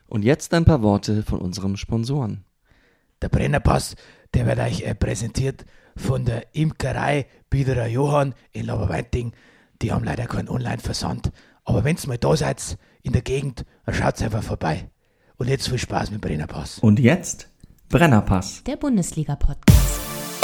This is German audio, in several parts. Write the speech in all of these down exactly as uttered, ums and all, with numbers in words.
Und jetzt ein paar Worte von unserem Sponsoren. Der Brennerpass, der wird euch äh, präsentiert von der Imkerei Biederer Johann in Laberweinting. Die haben leider keinen Online-Versand. Aber wenn ihr mal da seid in der Gegend, dann schaut einfach vorbei. Und jetzt viel Spaß mit Brennerpass. Und jetzt Brennerpass. Der Bundesliga-Podcast.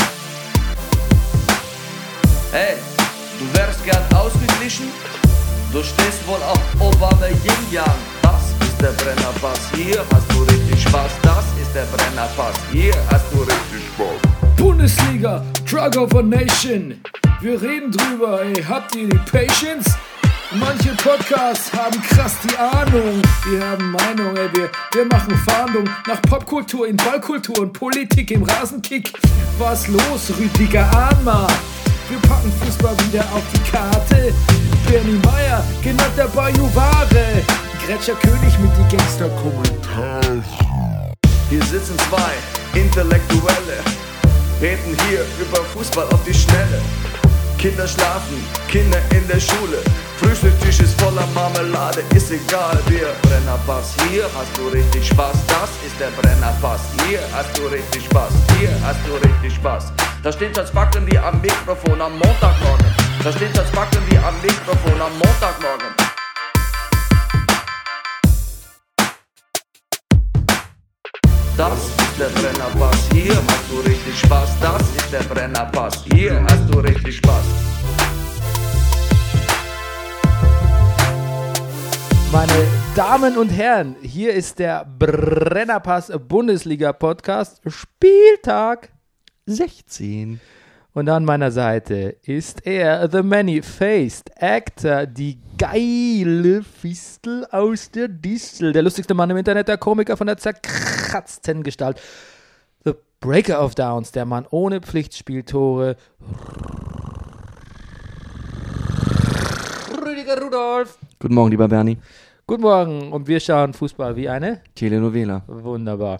Hey, du wärst gern ausgeglichen? Du stehst wohl auf Obama Yin Yang. Das ist der Brennerpass. Hier hast du richtig Spaß. Das ist der Brennerpass. Hier hast du richtig Spaß. Bundesliga, Drug of a Nation. Wir reden drüber, ey, habt ihr die Patience? Manche Podcasts haben krass die Ahnung. Wir haben Meinung, ey, wir, wir machen Fahndung nach Popkultur in Ballkultur und Politik im Rasenkick. Was los, Rüdiger Ahnma? Wir packen Fußball wieder auf die Karte. Bernie Meyer, genannt der Bajuware. Gretscher König mit die Gangster-Kommentare. Hier sitzen zwei Intellektuelle, reden hier über Fußball auf die Schnelle. Kinder schlafen, Kinder in der Schule. Frühstückstisch ist voller Marmelade, ist egal, wir Brennerpass. Hier hast du richtig Spaß, das ist der Brennerpass. Hier hast du richtig Spaß, hier hast du richtig Spaß. Da steht das Backen wie am Mikrofon am Montagmorgen. Da steht das Backen wie am Mikrofon am Montagmorgen. Das ist der Brennerpass, hier hast du richtig Spaß. Das ist der Brennerpass, hier hast du richtig Spaß. Meine Damen und Herren, hier ist der Brennerpass Bundesliga Podcast Spieltag sechzehn. Und an meiner Seite ist er, the many-faced actor, die geile Fistel aus der Distel, der lustigste Mann im Internet, der Komiker von der zerkratzten Gestalt, the Breaker of Downs, der Mann ohne Pflichtspieltore, Rüdiger Rudolph. Guten Morgen, lieber Bernie. Guten Morgen und wir schauen Fußball wie eine Telenovela. Wunderbar.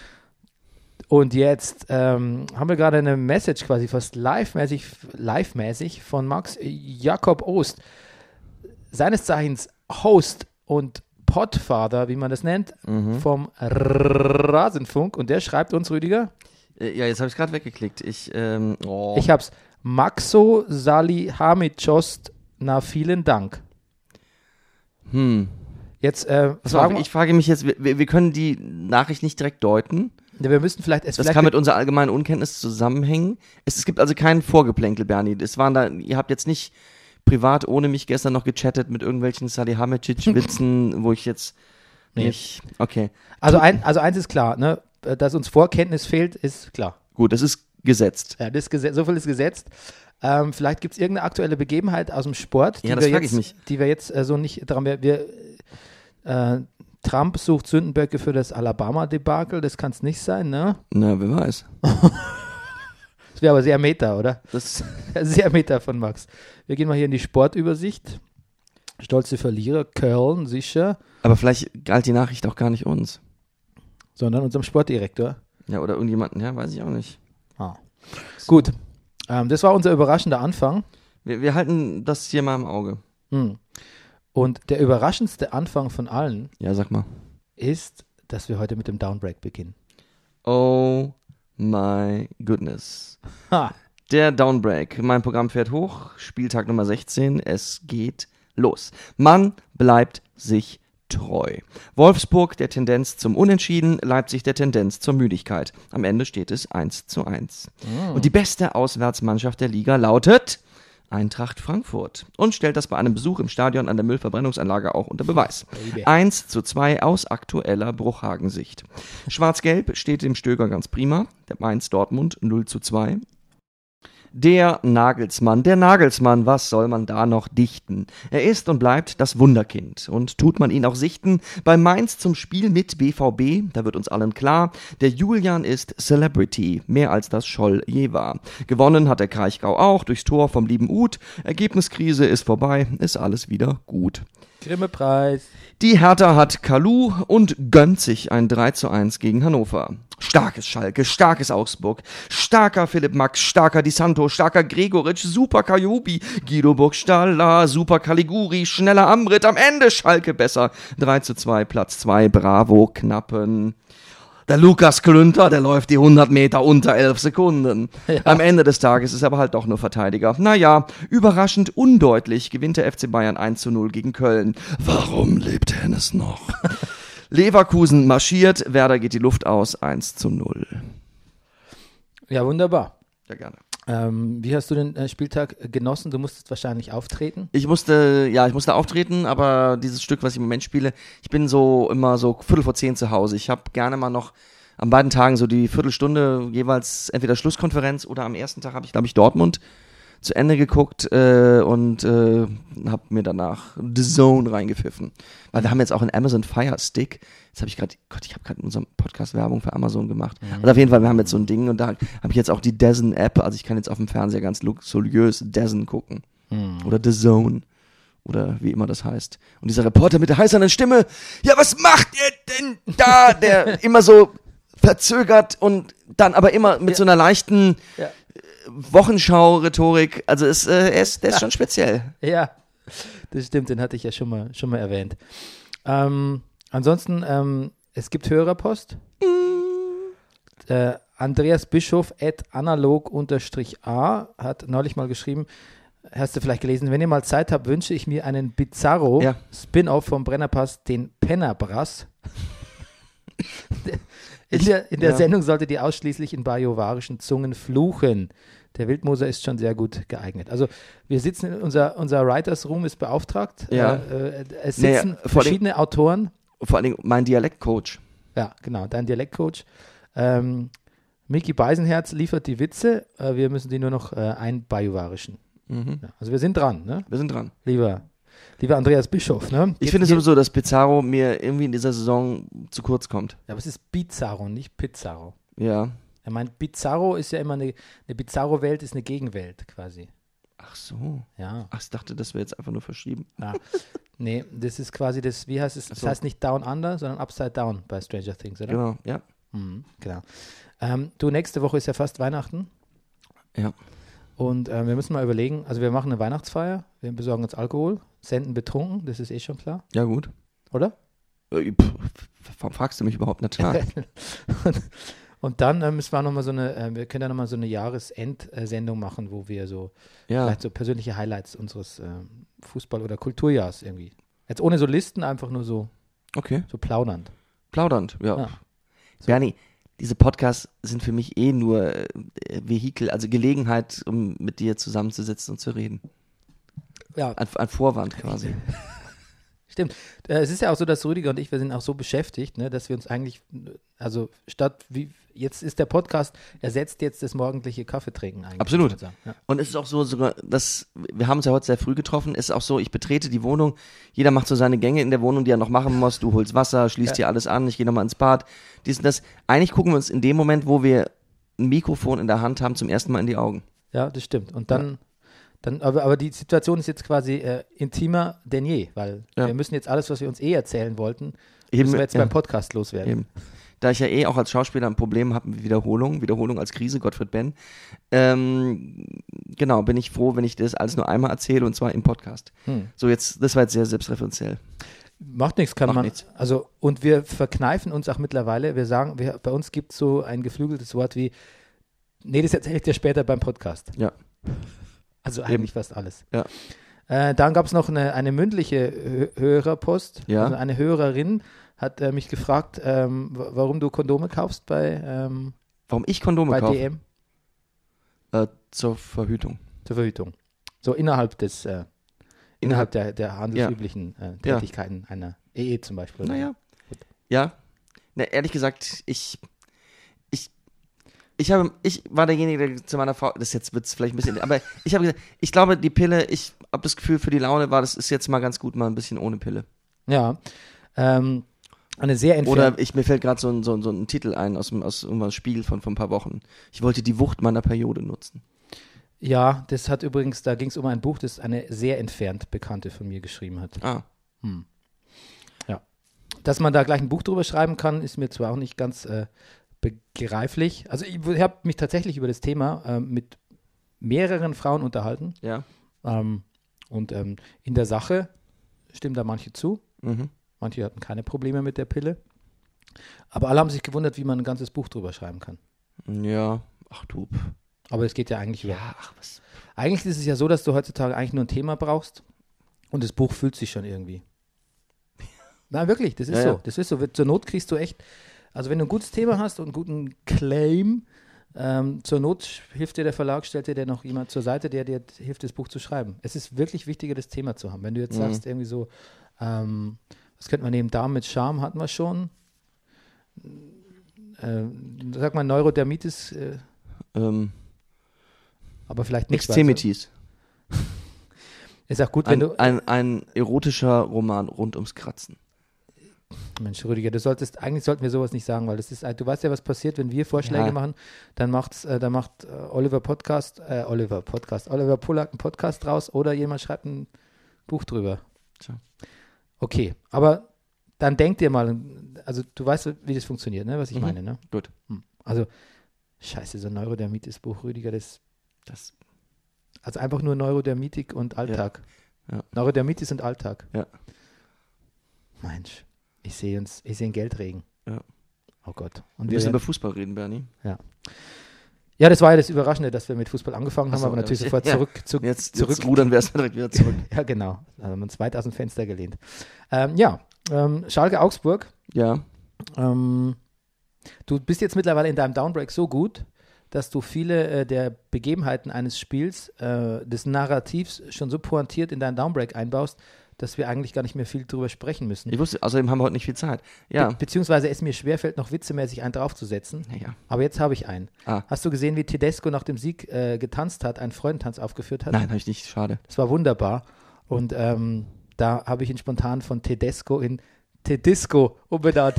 Und jetzt ähm, haben wir gerade eine Message quasi fast live-mäßig, live-mäßig von Max Jakob Ost, seines Zeichens Host und Podfather, wie man das nennt, mhm. vom Rasenfunk. Und der schreibt uns, Rüdiger? Ja, jetzt habe ich es gerade weggeklickt. Ich, ähm, oh. Ich hab's. Maxo Salihamidschost, na vielen Dank. Hm. Jetzt, äh, was war, ich frage mich jetzt, wir, wir können die Nachricht nicht direkt deuten. Ja, wir müssten vielleicht... Es das vielleicht kann mit unserer allgemeinen Unkenntnis zusammenhängen. Es, es gibt also kein Vorgeplänkel, Bernie. Es waren da, ihr habt jetzt nicht privat ohne mich gestern noch gechattet mit irgendwelchen Salihamidzic-Witzen, wo ich jetzt nee. nicht... Okay. Also, ein, also eins ist klar, ne? Dass uns Vorkenntnis fehlt, ist klar. Gut, das ist gesetzt. Ja, das ist gesetzt, so viel ist gesetzt. Ähm, vielleicht gibt es irgendeine aktuelle Begebenheit aus dem Sport, die, ja, das wir, frag jetzt, ich mich. die wir jetzt äh, so nicht dran... Wir, wir, äh, Trump sucht Sündenböcke für das Alabama-Debakel, das kann es nicht sein, ne? Na, wer weiß. Das wäre aber sehr Meta, oder? Das sehr Meta von Max. Wir gehen mal hier in die Sportübersicht. Stolze Verlierer, Köln, sicher. Aber vielleicht galt die Nachricht auch gar nicht uns. Sondern unserem Sportdirektor. Ja, oder irgendjemanden, ja, weiß ich auch nicht. Ah. So. Gut, ähm, das war unser überraschender Anfang. Wir, wir halten das hier mal im Auge. Hm. Und der überraschendste Anfang von allen ja, sag mal. ist, dass wir heute mit dem Downbreak beginnen. Oh my goodness. Ha. Der Downbreak. Mein Programm fährt hoch. Spieltag Nummer sechzehn. Es geht los. Man bleibt sich treu. Wolfsburg der Tendenz zum Unentschieden, Leipzig der Tendenz zur Müdigkeit. Am Ende steht es eins zu eins. Mm. Und die beste Auswärtsmannschaft der Liga lautet Eintracht Frankfurt und stellt das bei einem Besuch im Stadion an der Müllverbrennungsanlage auch unter Beweis. eins zu zwei aus aktueller Bruchhagen-Sicht. Schwarz-Gelb steht dem Stöger ganz prima, der Mainz Dortmund null zu zwei. Der Nagelsmann, der Nagelsmann, was soll man da noch dichten? Er ist und bleibt das Wunderkind. Und tut man ihn auch sichten, bei Mainz zum Spiel mit B V B, da wird uns allen klar, der Julian ist Celebrity, mehr als das Scholl je war. Gewonnen hat der Kraichgau auch, durchs Tor vom lieben Uth. Ergebniskrise ist vorbei, ist alles wieder gut. Grimme-Preis. Die Hertha hat Kalu und gönnt sich ein drei zu eins gegen Hannover. Starkes Schalke, starkes Augsburg, starker Philipp Max, starker Di Santo, starker Gregoritsch, super Kajubi, Guido Burgstaller, super Caliguri, schneller Amrit, am Ende Schalke besser. drei zu zwei, Platz zwei, bravo, Knappen. Der Lukas Klünter, der läuft die hundert Meter unter elf Sekunden. Ja. Am Ende des Tages ist er aber halt doch nur Verteidiger. Naja, überraschend undeutlich gewinnt der F C Bayern eins zu null gegen Köln. Warum lebt Hennes noch? Leverkusen marschiert, Werder geht die Luft aus, eins zu null. Ja, wunderbar. Ja, gerne. Ähm, wie hast du den äh, Spieltag genossen? Du musstest wahrscheinlich auftreten. Ich musste, ja, ich musste auftreten, aber dieses Stück, was ich im Moment spiele, ich bin so immer so Viertel vor zehn zu Hause. Ich habe gerne mal noch an beiden Tagen so die Viertelstunde jeweils entweder Schlusskonferenz oder am ersten Tag habe ich, glaube ich, Dortmund zu Ende geguckt äh, und äh, habe mir danach The Zone reingepfiffen. Weil wir haben jetzt auch einen Amazon Fire Stick. Jetzt habe ich gerade, Gott, ich habe gerade in unserem Podcast Werbung für Amazon gemacht. Mhm. Also auf jeden Fall, wir haben jetzt so ein Ding und da habe ich jetzt auch die Dazen App. Also ich kann jetzt auf dem Fernseher ganz luxuriös Dazen gucken. Mhm. Oder The Zone. Oder wie immer das heißt. Und dieser Reporter mit der heißeren Stimme, ja, was macht ihr denn da? Der immer so verzögert und dann aber immer mit ja. so einer leichten ja. Wochenschau-Rhetorik. Also ist, äh, er ist, der ist schon speziell. Ja, das stimmt, den hatte ich ja schon mal, schon mal erwähnt. Ähm, ansonsten, ähm, es gibt Hörerpost. Mm. Äh, Andreas Bischof at analog-a hat neulich mal geschrieben, hast du vielleicht gelesen, wenn ihr mal Zeit habt, wünsche ich mir einen Bizarro ja. Spin-off vom Brennerpass, den Pennerbrass. In der, in der ja. Sendung solltet ihr ausschließlich in bajuwarischen Zungen fluchen. Der Wildmoser ist schon sehr gut geeignet. Also wir sitzen, in unser, unser Writers Room ist beauftragt. Ja. Äh, es sitzen nee, verschiedene allem, Autoren. Vor allem mein Dialektcoach. Ja, genau, dein Dialektcoach. Ähm, Micky Beisenherz liefert die Witze. Äh, wir müssen die nur noch äh, einbajuwarischen. Mhm. Ja, also wir sind dran, ne? Wir sind dran. Lieber Lieber Andreas Bischof, ne? Ich finde sowieso, dass Pizarro mir irgendwie in dieser Saison zu kurz kommt. Ja, aber es ist Bizarro, nicht Pizarro. Ja. Er meint, Bizarro ist ja immer eine, eine Bizarro-Welt ist eine Gegenwelt quasi. Ach so. Ja. Ach, ich dachte, das wäre jetzt einfach nur verschrieben. Ja. Nee, das ist quasi das, wie heißt es, das so. heißt nicht Down Under, sondern Upside Down bei Stranger Things, oder? Genau, ja. Mhm, genau. Ähm, du, nächste Woche ist ja fast Weihnachten. Ja. Und äh, wir müssen mal überlegen, also wir machen eine Weihnachtsfeier, wir besorgen uns Alkohol, senden betrunken, das ist eh schon klar. Ja, gut. Oder? Äh, pff, warum fragst du mich überhaupt nicht klar? und, und dann äh, müssen wir nochmal so eine, äh, wir können ja nochmal so eine Jahresendsendung machen, wo wir so ja. vielleicht so persönliche Highlights unseres äh, Fußball- oder Kulturjahrs irgendwie. Jetzt ohne so Listen, einfach nur so, okay. so plaudernd. Plaudernd, ja. ja. So. Bernie, diese Podcasts sind für mich eh nur äh, Vehikel, also Gelegenheit, um mit dir zusammenzusitzen und zu reden. Ja. Ein, ein Vorwand quasi. Stimmt. Äh, es ist ja auch so, dass Rüdiger und ich, wir sind auch so beschäftigt, ne, dass wir uns eigentlich, also statt, wie jetzt ist der Podcast, ersetzt jetzt das morgendliche Kaffeetrinken eigentlich. Absolut. Ja. Und es ist auch so, sogar, dass, wir haben uns ja heute sehr früh getroffen, es ist auch so, ich betrete die Wohnung, jeder macht so seine Gänge in der Wohnung, die er noch machen muss, du holst Wasser, schließt dir ja. alles an, ich gehe nochmal ins Bad, dies und das. Eigentlich gucken wir uns in dem Moment, wo wir ein Mikrofon in der Hand haben, zum ersten Mal in die Augen. Ja, das stimmt. Und dann... Ja. Dann, aber, aber die Situation ist jetzt quasi äh, intimer denn je, weil ja. wir müssen jetzt alles, was wir uns eh erzählen wollten, Eben, müssen wir jetzt ja. beim Podcast loswerden. Eben. Da ich ja eh auch als Schauspieler ein Problem habe mit Wiederholung, Wiederholung als Krise, Gottfried Benn, ähm, genau, bin ich froh, wenn ich das alles nur einmal erzähle und zwar im Podcast. Hm. So jetzt, das war jetzt sehr selbstreferenziell. Macht nichts, kann Macht man. Nichts. Also, und wir verkneifen uns auch mittlerweile, wir sagen, wir, bei uns gibt es so ein geflügeltes Wort wie, nee, das erzähle ich dir später beim Podcast. Ja. Also eigentlich Eben. fast alles. Ja. Äh, dann gab es noch eine, eine mündliche Hö- Hörerpost. Ja. Also eine Hörerin hat äh, mich gefragt, ähm, w- warum du Kondome kaufst bei, ähm, warum ich Kondome bei kaufe? D M? Äh, zur Verhütung. Zur Verhütung. So innerhalb des, äh, innerhalb der, der handelsüblichen äh, Tätigkeiten ja. einer Ehe zum Beispiel. Oder? Naja. Ja. Na, ehrlich gesagt, ich Ich habe, ich war derjenige, der zu meiner Frau, das jetzt wird's vielleicht ein bisschen, aber ich habe gesagt, ich glaube, die Pille, ich habe das Gefühl, für die Laune war, das ist jetzt mal ganz gut, mal ein bisschen ohne Pille. Ja, ähm, eine sehr entfernt. Oder ich, mir fällt gerade so ein, so, ein, so ein Titel ein aus dem, aus irgendeinem Spiegel von, von ein paar Wochen. Ich wollte die Wucht meiner Periode nutzen. Ja, das hat übrigens, da ging es um ein Buch, das eine sehr entfernt Bekannte von mir geschrieben hat. Ah. Hm. Ja. Dass man da gleich ein Buch drüber schreiben kann, ist mir zwar auch nicht ganz äh, begreiflich. Also ich, ich habe mich tatsächlich über das Thema äh, mit mehreren Frauen unterhalten. Ja. Ähm, und ähm, in der Sache stimmen da manche zu. Mhm. Manche hatten keine Probleme mit der Pille. Aber alle haben sich gewundert, wie man ein ganzes Buch drüber schreiben kann. Ja, ach du. Aber es geht ja eigentlich über. Ja, ach was. Eigentlich ist es ja so, dass du heutzutage eigentlich nur ein Thema brauchst und das Buch fühlt sich schon irgendwie. Nein, wirklich, das ist Ja, so. ja. Das ist so. Zur Not kriegst du echt, also wenn du ein gutes Thema hast und einen guten Claim, ähm, zur Not hilft dir der Verlag, stellt dir noch jemand zur Seite, der dir hilft, das Buch zu schreiben. Es ist wirklich wichtiger, das Thema zu haben. Wenn du jetzt Mhm. sagst, irgendwie so, ähm, was könnte man nehmen, Darm mit Charme hatten wir schon. Äh, sag mal Neurodermitis, äh, Ähm, aber vielleicht nicht. Extremities. Ist auch gut, wenn Ein, du. ein, ein erotischer Roman rund ums Kratzen. Mensch, Rüdiger, du solltest, eigentlich sollten wir sowas nicht sagen, weil das ist, du weißt ja, was passiert, wenn wir Vorschläge Ja. machen, dann macht's, äh, dann macht äh, Oliver Podcast, äh, Oliver Podcast, Oliver Pollack einen Podcast draus oder jemand schreibt ein Buch drüber. Tja. Okay, aber dann denk dir mal, also du weißt, wie das funktioniert, ne, was ich Mhm. meine, ne? Gut. Hm. Also, scheiße, so ein Neurodermitis-Buch, Rüdiger, das, Das, also einfach nur Neurodermitik und Alltag. Ja. Neurodermitis und Alltag. Ja. Mensch, ich sehe uns, ich sehe einen Geldregen. Ja. Oh Gott. Und wir müssen werden- über Fußball reden, Bernie. Ja, das war ja das Überraschende, dass wir mit Fußball angefangen Ach haben, so, aber natürlich ja. sofort Ja. zurück zu, Jetzt, zurück. jetzt rudern wir erstmal direkt wieder zurück. Ja, genau. Da haben wir uns weit aus dem Fenster gelehnt. Ähm, ja, ähm, Schalke Augsburg. Ja. Ähm, du bist jetzt mittlerweile in deinem Downbreak so gut, dass du viele äh, der Begebenheiten eines Spiels, äh, des Narrativs schon so pointiert in deinen Downbreak einbaust, dass wir eigentlich gar nicht mehr viel drüber sprechen müssen. Ich wusste, außerdem haben wir heute nicht viel Zeit. Ja. Be beziehungsweise es mir schwerfällt, noch witzemäßig einen draufzusetzen. Ja. Aber jetzt habe ich einen. Ah. Hast du gesehen, wie Tedesco nach dem Sieg äh, getanzt hat, einen Freudentanz aufgeführt hat? Nein, habe ich nicht. Schade. Das war wunderbar. Und ähm, da habe ich ihn spontan von Tedesco in Tedisco umbenannt.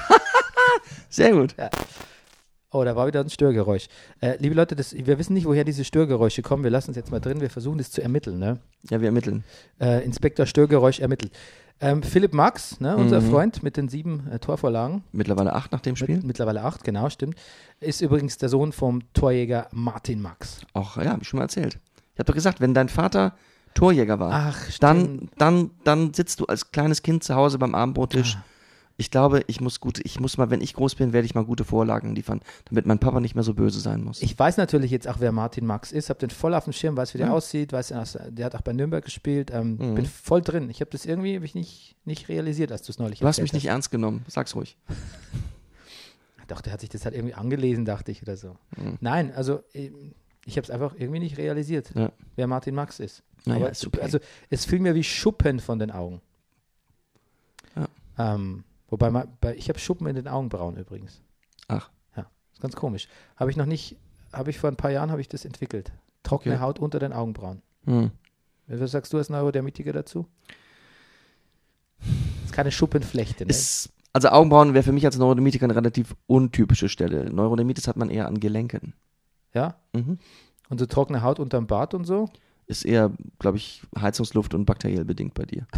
Sehr gut. Oh, da war wieder ein Störgeräusch. Äh, liebe Leute, das, wir wissen nicht, woher diese Störgeräusche kommen. Wir lassen es jetzt mal drin. Wir versuchen das zu ermitteln. Ne? Ja, wir ermitteln. Äh, Inspektor Störgeräusch ermittelt. Ähm, Philipp Max, ne, unser Mhm. Freund mit den sieben äh, Torvorlagen, Mittlerweile acht nach dem Spiel. mit, mittlerweile acht, genau, stimmt, ist übrigens der Sohn vom Torjäger Martin Max. Auch, ja, habe ich schon mal erzählt. Ich habe doch gesagt, wenn dein Vater Torjäger war, Ach, dann, stimmt. dann, dann sitzt du als kleines Kind zu Hause beim Abendbrottisch. Ah. Ich glaube, ich muss gute, ich muss mal, wenn ich groß bin, werde ich mal gute Vorlagen liefern, damit mein Papa nicht mehr so böse sein muss. Ich weiß natürlich jetzt auch, wer Martin Max ist, habe den voll auf dem Schirm, weiß, wie der Ja. aussieht, weiß, der hat auch bei Nürnberg gespielt, ähm, Mhm. bin voll drin. Ich habe das irgendwie hab ich nicht, nicht realisiert, als du es neulich Du hast erzählt mich nicht ernst genommen. Sag's ruhig. Doch, der hat sich das halt irgendwie angelesen, dachte ich, oder so. Mhm. Nein, also ähm, ich habe es einfach irgendwie nicht realisiert, Ja. wer Martin Max ist. Naja, Aber ist okay. also es fiel mir wie Schuppen von den Augen. Ja. Ähm, wobei, ma- bei, ich habe Schuppen in den Augenbrauen übrigens. Ach. Ist ganz komisch. Habe ich noch nicht, habe ich vor ein paar Jahren habe ich das entwickelt. Trockene Okay. Haut unter den Augenbrauen. Hm. Was sagst du als Neurodermitiker dazu? Ist keine Schuppenflechte, ne? Ist, also Augenbrauen wäre für mich als Neurodermitiker eine relativ untypische Stelle. Neurodermitis hat man eher an Gelenken. Ja? Mhm. Und so trockene Haut unterm Bart und so? Ist eher, glaube ich, Heizungsluft und bakteriell bedingt bei dir.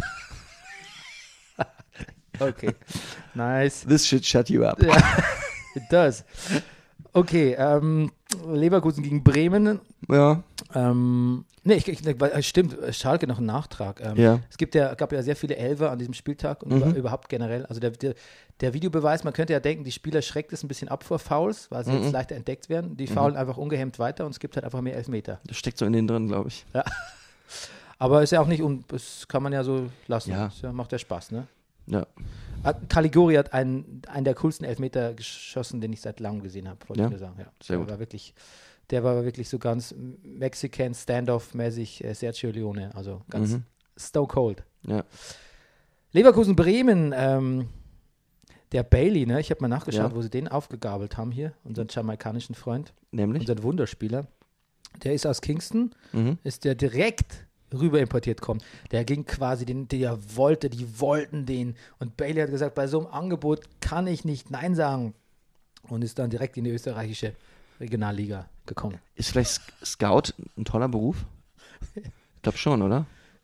Okay. Nice. This should shut you up. Ja, it does. Okay, ähm, Leverkusen gegen Bremen. Ja. Ähm, nee, ich, ich, äh, stimmt, Schalke noch ein Nachtrag. Ähm, Ja. Es gibt ja, gab ja sehr viele Elfer an diesem Spieltag und Mhm. über, überhaupt generell. Also der, der, der Videobeweis, man könnte ja denken, die Spieler schreckt es ein bisschen ab vor Fouls, weil sie Mhm. jetzt leichter entdeckt werden. Die faulen einfach ungehemmt weiter und es gibt halt einfach mehr Elfmeter. Das steckt so in denen drin, glaube ich. Aber ist ja auch nicht, un das kann man ja so lassen. Ja. Ist ja, macht ja Spaß, ne? Ja. Ah, Caligiuri hat einen, einen der coolsten Elfmeter geschossen, den ich seit langem gesehen habe, wollte Ja? ich nur sagen. Ja. Sehr der gut. War wirklich, der war wirklich so ganz Mexican Standoff-mäßig äh, Sergio Leone, also ganz Mhm. stone cold. Ja. Leverkusen Bremen, ähm, der Bailey, ne? Ich habe mal nachgeschaut, Ja. wo sie den aufgegabelt haben hier, unseren jamaikanischen Freund, Nämlich? unseren Wunderspieler. Der ist aus Kingston, Mhm. ist der direkt rüber importiert kommt. Der ging quasi, den, der wollte, die wollten den. Und Bailey hat gesagt, bei so einem Angebot kann ich nicht Nein sagen. Und ist dann direkt in die österreichische Regionalliga gekommen. Ist vielleicht Sc- Scout ein toller Beruf? Ich glaube schon, oder?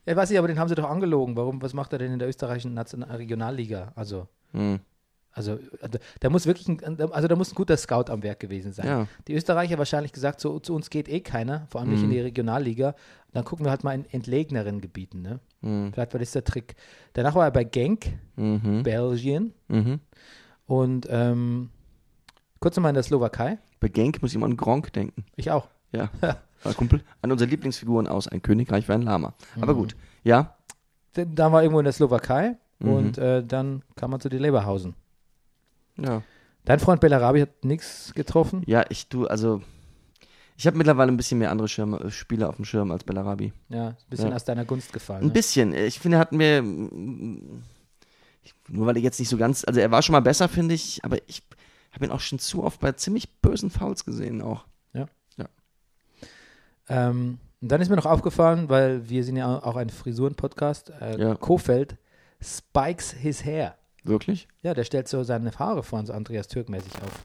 Ja, weiß ich, aber den haben sie doch angelogen. Warum, was macht er denn in der österreichischen National Regionalliga? Also, Hm. also, also da muss wirklich ein, also da muss ein guter Scout am Werk gewesen sein. Ja. Die Österreicher wahrscheinlich gesagt, so, zu uns geht eh keiner, vor allem nicht Mhm. in die Regionalliga. Dann gucken wir halt mal in entlegeneren Gebieten. Ne? Mhm. Vielleicht war das der Trick. Danach war er bei Genk, Mhm. Belgien Mhm. und ähm, kurz nochmal in der Slowakei. Bei Genk muss ich immer an Gronk denken. Ich auch. Ja, war Kumpel. An unsere Lieblingsfiguren aus Ein Königreich für ein Lama. Aber Mhm. gut, ja. Da war irgendwo in der Slowakei Mhm. und äh, dann kam man zu die Leverhausen. Ja. Dein Freund Bellarabi hat nichts getroffen. Ja, ich du, also ich habe mittlerweile ein bisschen mehr andere Schirme, äh, Spieler auf dem Schirm als Bellarabi. Ja, ist ein bisschen Ja. aus deiner Gunst gefallen. Ein Ne? bisschen. Ich finde, er hat mir mm, ich- nur weil er jetzt nicht so ganz, also er war schon mal besser, finde ich, aber ich habe ihn auch schon zu oft bei ziemlich bösen Fouls gesehen auch. Ähm, und dann ist mir noch aufgefallen, weil wir sind ja auch ein Frisuren-Podcast, äh, Ja. Kofeld spikes his hair. Wirklich? Ja, der stellt so seine Haare vor, so Andreas Türk-mäßig auf.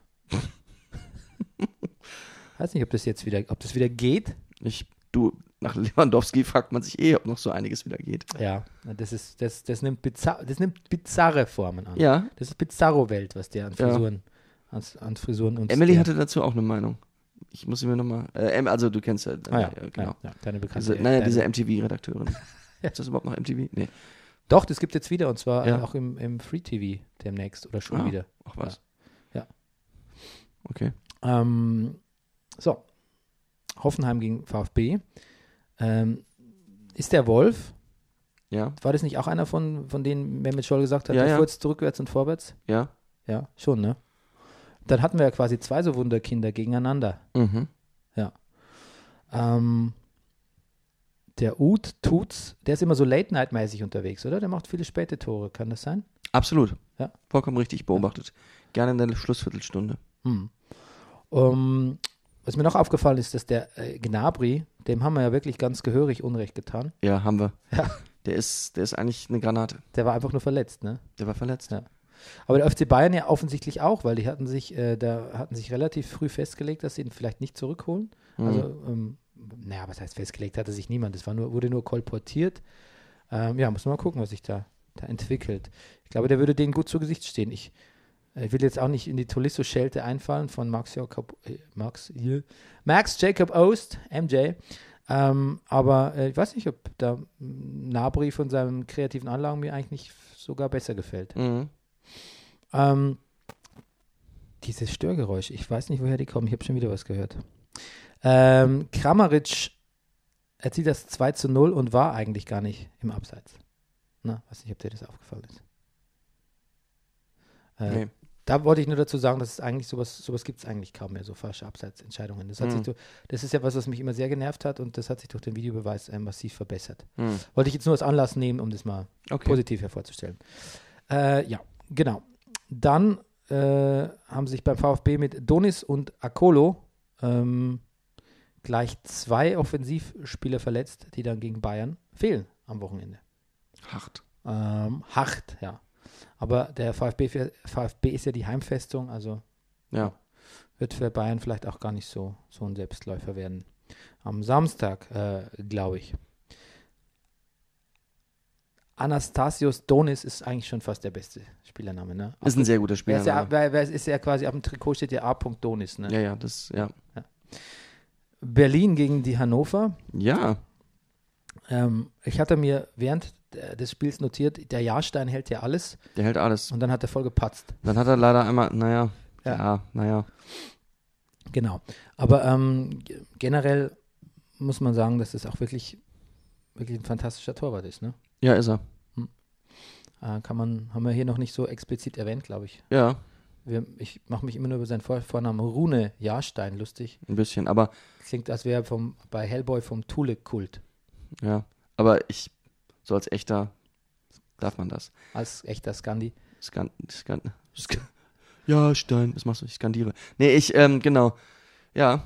Weiß nicht, ob das jetzt wieder, ob das wieder geht. Ich, du, nach Lewandowski fragt man sich eh, ob noch so einiges wieder geht. Ja, das ist, das, das nimmt bizarre, das nimmt bizarre Formen an. Ja, Das ist Bizarro-Welt, was der an Ja. Frisuren, an, an Frisuren uns. Emily der- hatte dazu auch eine Meinung. Ich muss sie mir nochmal, äh, Em- also du kennst ja, äh, Ah, ja, ja, genau. ja, ja, deine bekannte. Diese, naja, deine, diese M T V-Redakteurin. Ist das überhaupt noch M T V? Nee. Doch, das gibt es jetzt wieder und zwar Ja. äh, auch im, im Free-T V demnächst oder schon Ah, wieder. Ach was. Ja. Okay. Ähm, so, Hoffenheim gegen VfB. Ähm, ist der Wolf, Ja, war das nicht auch einer von, von denen Mehmet Scholl gesagt hat, Ja, ja. vorwärts, rückwärts und vorwärts? ja. Ja, schon, ne? Dann hatten wir ja quasi zwei so Wunderkinder gegeneinander. Mhm. Ähm, der Uth tut's, der ist immer so Late-Night-mäßig unterwegs, oder? Der macht viele späte Tore, kann das sein? Absolut. Ja. Vollkommen richtig beobachtet. Gerne in der Schlussviertelstunde. Hm. Um, was mir noch aufgefallen ist, dass der äh, Gnabry, dem haben wir ja wirklich ganz gehörig Unrecht getan. Ja, haben wir. Ja. Der ist, der ist eigentlich eine Granate. Der war einfach nur verletzt, ne? Der war verletzt. Ja. Aber der F C Bayern ja offensichtlich auch, weil die hatten sich, äh, da hatten sich relativ früh festgelegt, dass sie ihn vielleicht nicht zurückholen. Mhm. Also, ähm, naja, was heißt festgelegt, hatte sich niemand. Es war nur, wurde nur kolportiert. Ähm, ja, muss man mal gucken, was sich da, da entwickelt. Ich glaube, der würde denen gut zu Gesicht stehen. Ich, äh, ich will jetzt auch nicht in die Tolisso-Schelte einfallen von Max Jakob, äh, Max, hier, Max Jacob Ost, M J. Ähm, aber äh, ich weiß nicht, ob da Gnabry von seinen kreativen Anlagen mir eigentlich nicht sogar besser gefällt. Mhm. Ähm, dieses Störgeräusch, ich weiß nicht, woher die kommen. Ich habe schon wieder was gehört. Ähm, Kramaric erzielt das zwei zu null und war eigentlich gar nicht im Abseits. Na, weiß nicht, ob dir das aufgefallen ist. Äh, Nee. Da wollte ich nur dazu sagen, dass es eigentlich sowas, sowas gibt es eigentlich kaum mehr, so falsche Abseitsentscheidungen. Das, hat Mhm. sich durch, das ist ja was, was mich immer sehr genervt hat und das hat sich durch den Videobeweis äh, massiv verbessert. Mhm. Wollte ich jetzt nur als Anlass nehmen, um das mal Okay. positiv hervorzustellen. Äh, ja, genau. Dann äh, haben sich beim VfB mit Donis und Akolo ähm, gleich zwei Offensivspieler verletzt, die dann gegen Bayern fehlen am Wochenende. Hart. Ähm, hart, ja. Aber der VfB, für- VfB ist ja die Heimfestung, also Ja. wird für Bayern vielleicht auch gar nicht so, so ein Selbstläufer werden. Am Samstag, äh, glaube ich. Anastasios Donis ist eigentlich schon fast der beste Spielername, ne? Ist ein sehr guter Wer Spieler. ist, ja, wer, wer ist ja quasi auf dem Trikot steht ja A. Donis, ne? ja, ja, das, ja. Berlin gegen die Hannover. Ja. Ähm, ich hatte mir während äh, des Spiels notiert, der Jahrstein hält ja alles Der hält alles. und dann hat er voll gepatzt. Dann hat er leider einmal, naja, Ja. ja, naja. Genau. Aber ähm, g- generell muss man sagen, dass es auch wirklich, wirklich ein fantastischer Torwart ist, ne? Ja, ist er. Äh, kann man, haben wir hier noch nicht so explizit erwähnt, glaube ich. Ja, Wir, ich mache mich immer nur über seinen Vor Vornamen Rune Jahrstein lustig. ein bisschen. Aber, Klingt, als wäre er vom, bei Hellboy vom Thule-Kult. ja. Aber ich, so als echter, darf man das. Als echter Skandi. Skan, skan, skan, ja, Stein, das machst du, ich skandiere. Nee, ich, ähm, genau. Ja.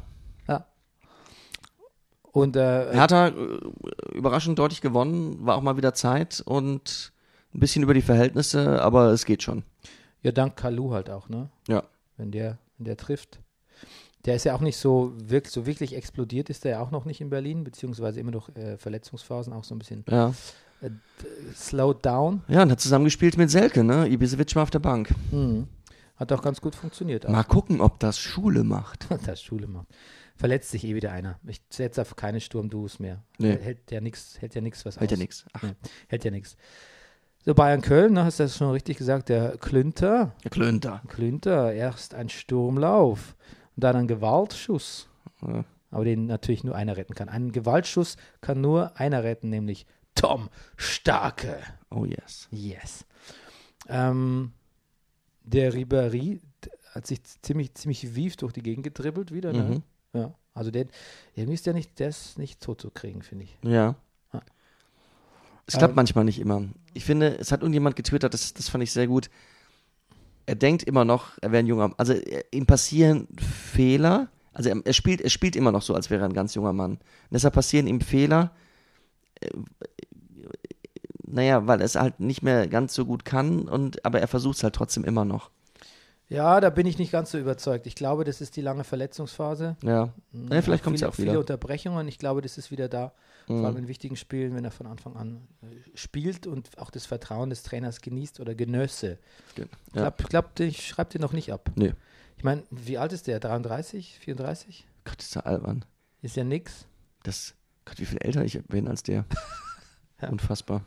Und äh, Hertha äh, überraschend deutlich gewonnen, war auch mal wieder Zeit und ein bisschen über die Verhältnisse, aber es geht schon. ja, dank Kalu halt auch, ne? Ja. Wenn der, wenn der trifft. Der ist ja auch nicht so wirklich, so wirklich explodiert, ist der ja auch noch nicht in Berlin, beziehungsweise immer noch äh, Verletzungsphasen, auch so ein bisschen Ja. äh, slowed down. Ja, und hat zusammengespielt mit Selke, ne? Ibisevic war auf der Bank. Mhm. Hat auch ganz gut funktioniert. Mal gucken, ob das Schule macht. Das Schule macht. Verletzt sich eh wieder einer. Ich setze auf keine Sturmduos mehr. Nee. Hält ja nichts, hält ja nichts was Hält aus. ja nichts. Ach, Nee, hält ja nichts. So, Bayern-Köln, ne, hast du das schon richtig gesagt, der Klünter. der Klönter. Klünter, erst ein Sturmlauf und dann ein Gewaltschuss. Ja. Aber den natürlich nur einer retten kann. Einen Gewaltschuss kann nur einer retten, nämlich Tom Starke. Oh yes. Yes. Ähm, der Ribéry hat sich ziemlich, ziemlich wief durch die Gegend gedribbelt wieder. Ne? Mhm. Ja, also der, irgendwie ist der nicht, der ist nicht tot zu kriegen, finde ich. Ja. Ah. Es klappt Ähm. manchmal nicht immer. Ich finde, es hat irgendjemand getwittert, das, das fand ich sehr gut. Er denkt immer noch, er wäre ein junger, also er, ihm passieren Fehler, also er, er, spielt, er spielt immer noch so, als wäre er ein ganz junger Mann. Und deshalb passieren ihm Fehler, äh, naja, weil er es halt nicht mehr ganz so gut kann, und, aber er versucht es halt trotzdem immer noch. Ja, da bin ich nicht ganz so überzeugt. Ich glaube, das ist die lange Verletzungsphase. Ja, naja, vielleicht kommt es viele, auch wieder. Viele Unterbrechungen. Ich glaube, das ist wieder da, Mhm. vor allem in wichtigen Spielen, wenn er von Anfang an äh, spielt und auch das Vertrauen des Trainers genießt oder genösse. Ja. Glaub, glaub, ich schreibe dir noch nicht ab. Nee. Ich meine, wie alt ist der? dreiunddreißig, vierunddreißig? Gott, ist der albern. Ist ja nix. Das, Gott, wie viel älter ich bin als der. Ja. Unfassbar.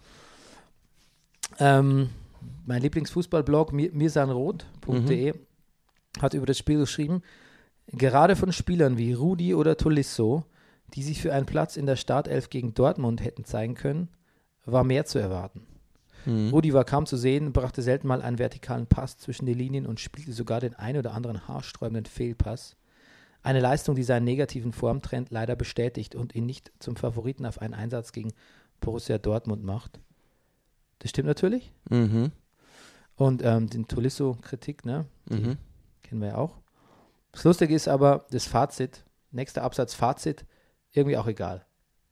Ähm, mein Lieblingsfußballblog mir, mirsanrot punkt de Mhm. hat über das Spiel geschrieben, gerade von Spielern wie Rudi oder Tolisso, die sich für einen Platz in der Startelf gegen Dortmund hätten zeigen können, war mehr zu erwarten. Mhm. Rudi war kaum zu sehen, brachte selten mal einen vertikalen Pass zwischen die Linien und spielte sogar den ein oder anderen haarsträubenden Fehlpass. Eine Leistung, die seinen negativen Formtrend leider bestätigt und ihn nicht zum Favoriten auf einen Einsatz gegen Borussia Dortmund macht. Das stimmt natürlich. Mhm. Und ähm, den Tolisso-Kritik, ne, Mhm. kennen wir ja auch. Das Lustige ist aber, das Fazit, nächster Absatz, Fazit, irgendwie auch egal.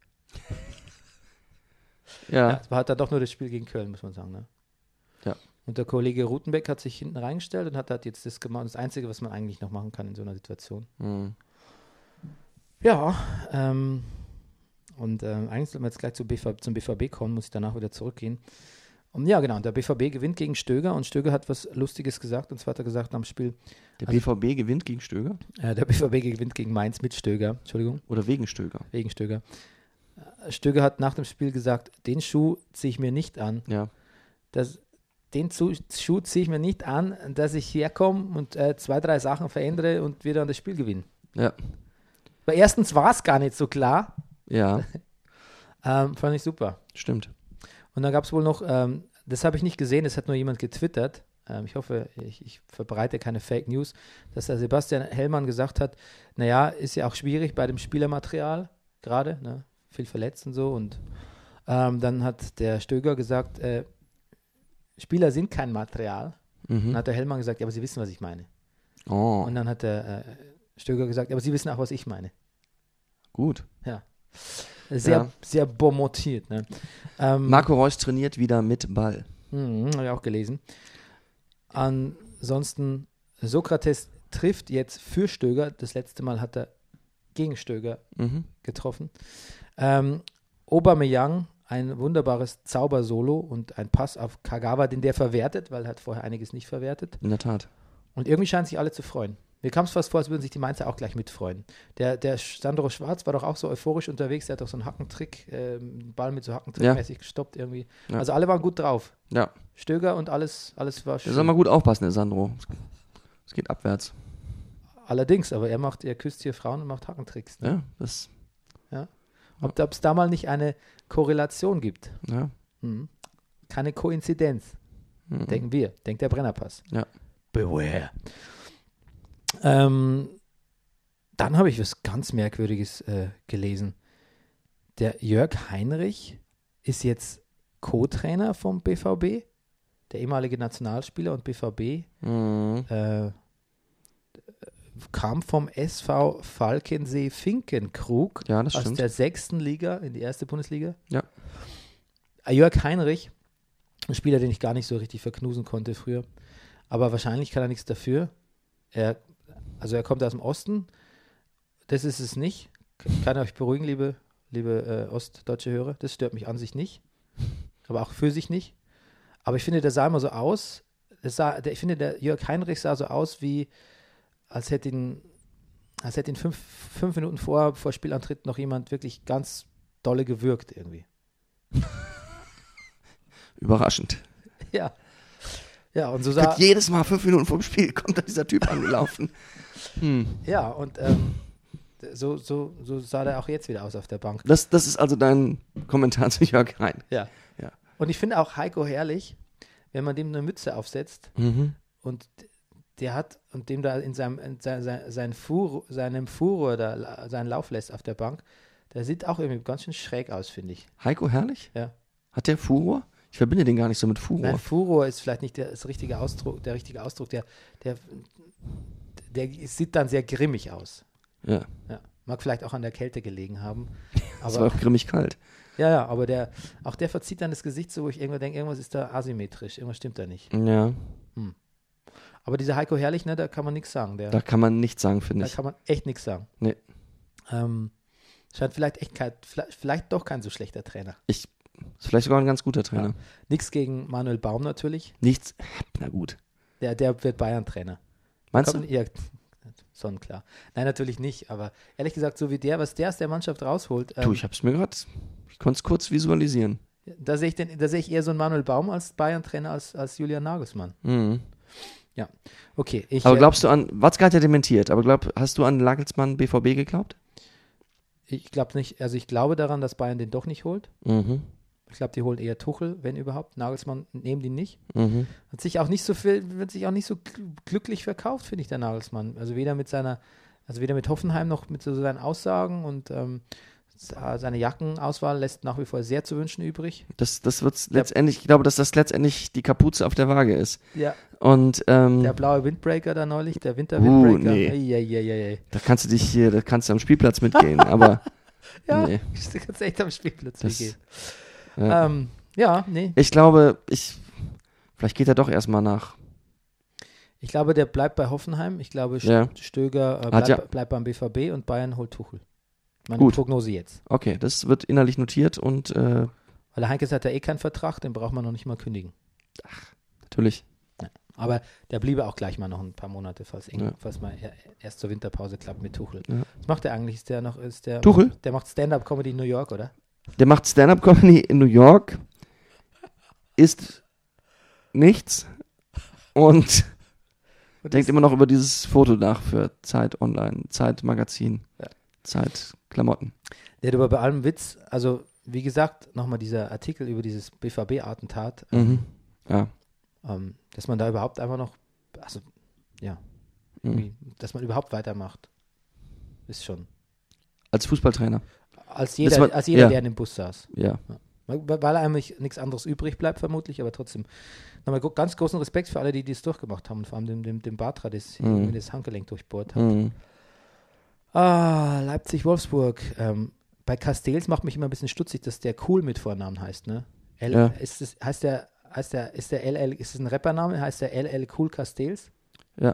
Ja. Ja, es war halt dann doch nur das Spiel gegen Köln, muss man sagen. Ne? Ja. Und der Kollege Rutenbeck hat sich hinten reingestellt und hat halt jetzt das gemacht. Das Einzige, was man eigentlich noch machen kann in so einer Situation. Mhm. Ja, ähm, und ähm, eigentlich sollten wir jetzt gleich zu B V, zum B V B kommen, muss ich danach wieder zurückgehen. Und ja, genau, der B V B gewinnt gegen Stöger und Stöger hat was Lustiges gesagt, und zwar hat er gesagt am Spiel, Der Also- B V B gewinnt gegen Stöger? äh, der B V B gewinnt gegen Mainz mit Stöger, Entschuldigung, Oder wegen Stöger? wegen Stöger. Äh, Stöger hat nach dem Spiel gesagt, den Schuh ziehe ich mir nicht an. Ja. Das, den Zu Schuh ziehe ich mir nicht an, dass ich herkomme und äh, zwei, drei Sachen verändere und wir dann das Spiel gewinnen. Ja. Weil erstens war es gar nicht so klar, Ja, ähm, fand ich super. stimmt. Und dann gab es wohl noch, ähm, das habe ich nicht gesehen, das hat nur jemand getwittert. Ähm, ich hoffe, ich, ich verbreite keine Fake News, dass der Sebastian Hellmann gesagt hat, naja, ist ja auch schwierig bei dem Spielermaterial gerade, ne? Viel verletzt und so. Und ähm, dann hat der Stöger gesagt, äh, Spieler sind kein Material. Mhm. Dann hat der Hellmann gesagt, ja, aber Sie wissen, was ich meine. Oh, Und dann hat der äh, Stöger gesagt, ja, aber Sie wissen auch, was ich meine. gut. Sehr, Ja. sehr bombardiert. Ne? Ähm, Marco Reus trainiert wieder mit Ball. Mhm, habe ich auch gelesen. Ansonsten, Sokrates trifft jetzt für Stöger. Das letzte Mal hat er gegen Stöger Mhm. getroffen. Ähm, Aubameyang, ein wunderbares Zaubersolo und ein Pass auf Kagawa, den der verwertet, weil er hat vorher einiges nicht verwertet. In der Tat. Und irgendwie scheinen sich alle zu freuen. Mir kam es fast vor, als würden sich die Mainzer auch gleich mitfreuen. Der, der Sandro Schwarz war doch auch so euphorisch unterwegs, der hat doch so einen Hackentrick, ähm, einen Ball mit so Hackentrick-mäßig gestoppt irgendwie. Ja. Also alle waren gut drauf. Ja. Stöger und alles, alles war Da schön. soll mal gut aufpassen, der Sandro. Es geht abwärts. Allerdings, aber er macht, er küsst hier Frauen und macht Hackentricks. Ne? Ja, das, Ob es da mal nicht eine Korrelation gibt. ja. Mhm. Keine Koinzidenz, Mhm. denken wir, denkt der Brennerpass. Ja. Beware. Ähm, dann habe ich was ganz Merkwürdiges äh, gelesen. Der Jörg Heinrich ist jetzt Co-Trainer vom B V B, der ehemalige Nationalspieler und B V B Mhm. äh, kam vom S V Falkensee Finkenkrug Ja, das aus stimmt. der sechsten Liga in die erste Bundesliga. Ja. Äh, Jörg Heinrich, ein Spieler, den ich gar nicht so richtig verknusen konnte früher, aber wahrscheinlich kann er nichts dafür. Er, also er kommt aus dem Osten, das ist es nicht. Ich kann euch beruhigen, liebe, liebe äh, ostdeutsche Hörer. Das stört mich an sich nicht. Aber auch für sich nicht. Aber ich finde, der sah immer so aus. Das sah, der, ich finde, der Jörg Heinrich sah so aus, wie als hätte ihn, als hätte ihn fünf, fünf Minuten vor, vor Spielantritt noch jemand wirklich ganz dolle gewürgt irgendwie. Überraschend. Ja. Ja, und so sah. Wird jedes Mal fünf Minuten vor dem Spiel kommt da dieser Typ angelaufen. Hm. Ja, und ähm, so, so, so sah der auch jetzt wieder aus auf der Bank. Das, das ist also dein Kommentar zu Jörg Hein. Ja. Ja. Und ich finde auch Heiko herrlich, wenn man dem eine Mütze aufsetzt Mhm. und der hat und dem da in seinem, in sein, sein, sein Fur, seinem Furor da seinen Lauf lässt auf der Bank, der sieht auch irgendwie ganz schön schräg aus, finde ich. Heiko Herrlich? Ja. Hat der Furor? Ich verbinde den gar nicht so mit Furor. Nein, Furor ist vielleicht nicht der, das richtige Ausdruck, der richtige Ausdruck, der, der, der sieht dann sehr grimmig aus. Ja. Ja. Mag vielleicht auch an der Kälte gelegen haben. Es war Aber, auch grimmig kalt. ja, ja, aber der, auch der verzieht dann das Gesicht so, wo ich irgendwann denke, irgendwas ist da asymmetrisch, irgendwas stimmt da nicht. Ja. Aber dieser Heiko Herrlich, ne, da kann man nichts sagen. Der, Da kann man nichts sagen, finde da ich. kann man echt nichts sagen. Nee. Ähm, scheint vielleicht echt kein, vielleicht, vielleicht doch kein so schlechter Trainer. Ich, ist vielleicht sogar ein ganz guter Trainer. Ja. Nichts gegen Manuel Baum natürlich. Nichts. Na gut. Der, der wird Bayern-Trainer. Meinst Kommt, du? ja, sonnenklar. Nein, natürlich nicht. Aber ehrlich gesagt, so wie der, was der aus der Mannschaft rausholt, ähm, Du, ich hab's mir gerade, ich konnte es kurz visualisieren. da sehe ich, den- da sehe ich eher so einen Manuel Baum als Bayern-Trainer als, als Julian Nagelsmann. Mhm. Okay, ich. Aber äh, glaubst du an, Watzke hat ja dementiert, aber glaub, hast du an Nagelsmann B V B geglaubt? Ich glaube nicht, also ich glaube daran, dass Bayern den doch nicht holt. Mhm. Ich glaube, die holen eher Tuchel, wenn überhaupt. Nagelsmann nehmen die nicht. Mhm. Hat sich auch nicht so viel, wird sich auch nicht so gl- glücklich verkauft, finde ich, der Nagelsmann. Also weder mit seiner, also weder mit Hoffenheim noch mit so seinen Aussagen und ähm, seine Jackenauswahl lässt nach wie vor sehr zu wünschen übrig. Das, das wird's letztendlich, ich glaube, dass das letztendlich die Kapuze auf der Waage ist. Ja. Und ähm, Der blaue Windbreaker da neulich, der Winter-Windbreaker. Uh, nee. Eieieiei. da kannst du dich hier, da kannst du am Spielplatz mitgehen, aber Ja, nee. du kannst echt am Spielplatz Das- gehen. Ja. Ähm, ja, nee. Ich glaube, ich, vielleicht geht er doch erstmal nach. Ich glaube, der bleibt bei Hoffenheim. Ich glaube, St- Ja. Stöger äh, Hat bleibt, ja- bleibt beim B V B und Bayern holt Tuchel. Meine Gut. Prognose jetzt. Okay, das wird innerlich notiert und äh, Weil der Heinkes hat ja eh keinen Vertrag, den braucht man noch nicht mal kündigen. natürlich. Aber der bliebe auch gleich mal noch ein paar Monate, falls, eng, Ja. falls mal er- erst zur Winterpause klappt mit Tuchel. Ja. Was macht der eigentlich? Ist der noch, ist der, Tuchel? Der macht Stand-Up-Comedy in New York, oder? Der macht Stand-Up-Comedy in New York, ist nichts und Und denkt ist- immer noch über dieses Foto nach für Zeit Online, Zeit Magazin, Ja. Zeit Klamotten. Der hat aber bei allem Witz, also wie gesagt, nochmal dieser Artikel über dieses B V B-Attentat, Mhm. Ja. ähm, dass man da überhaupt einfach noch, also ja, Mhm. irgendwie, dass man überhaupt weitermacht, ist schon. Als Fußballtrainer. Als Das jeder, war- als jeder ja. der in dem Bus saß. Ja. Weil weil eigentlich nichts anderes übrig bleibt, vermutlich, aber trotzdem. Nochmal gro- ganz großen Respekt für alle, die das durchgemacht haben, und vor allem dem, dem, dem Bartra, das Mhm. irgendwie das Handgelenk durchbohrt hat. Mhm. Ah, Leipzig-Wolfsburg. Ähm, bei Castells macht mich immer ein bisschen stutzig, dass der Cool mit Vornamen heißt, ne? L, Ja. ist das, heißt der, heißt der, ist der L L, ist es ein Rappername? Heißt der L L Cool Castells? Ja.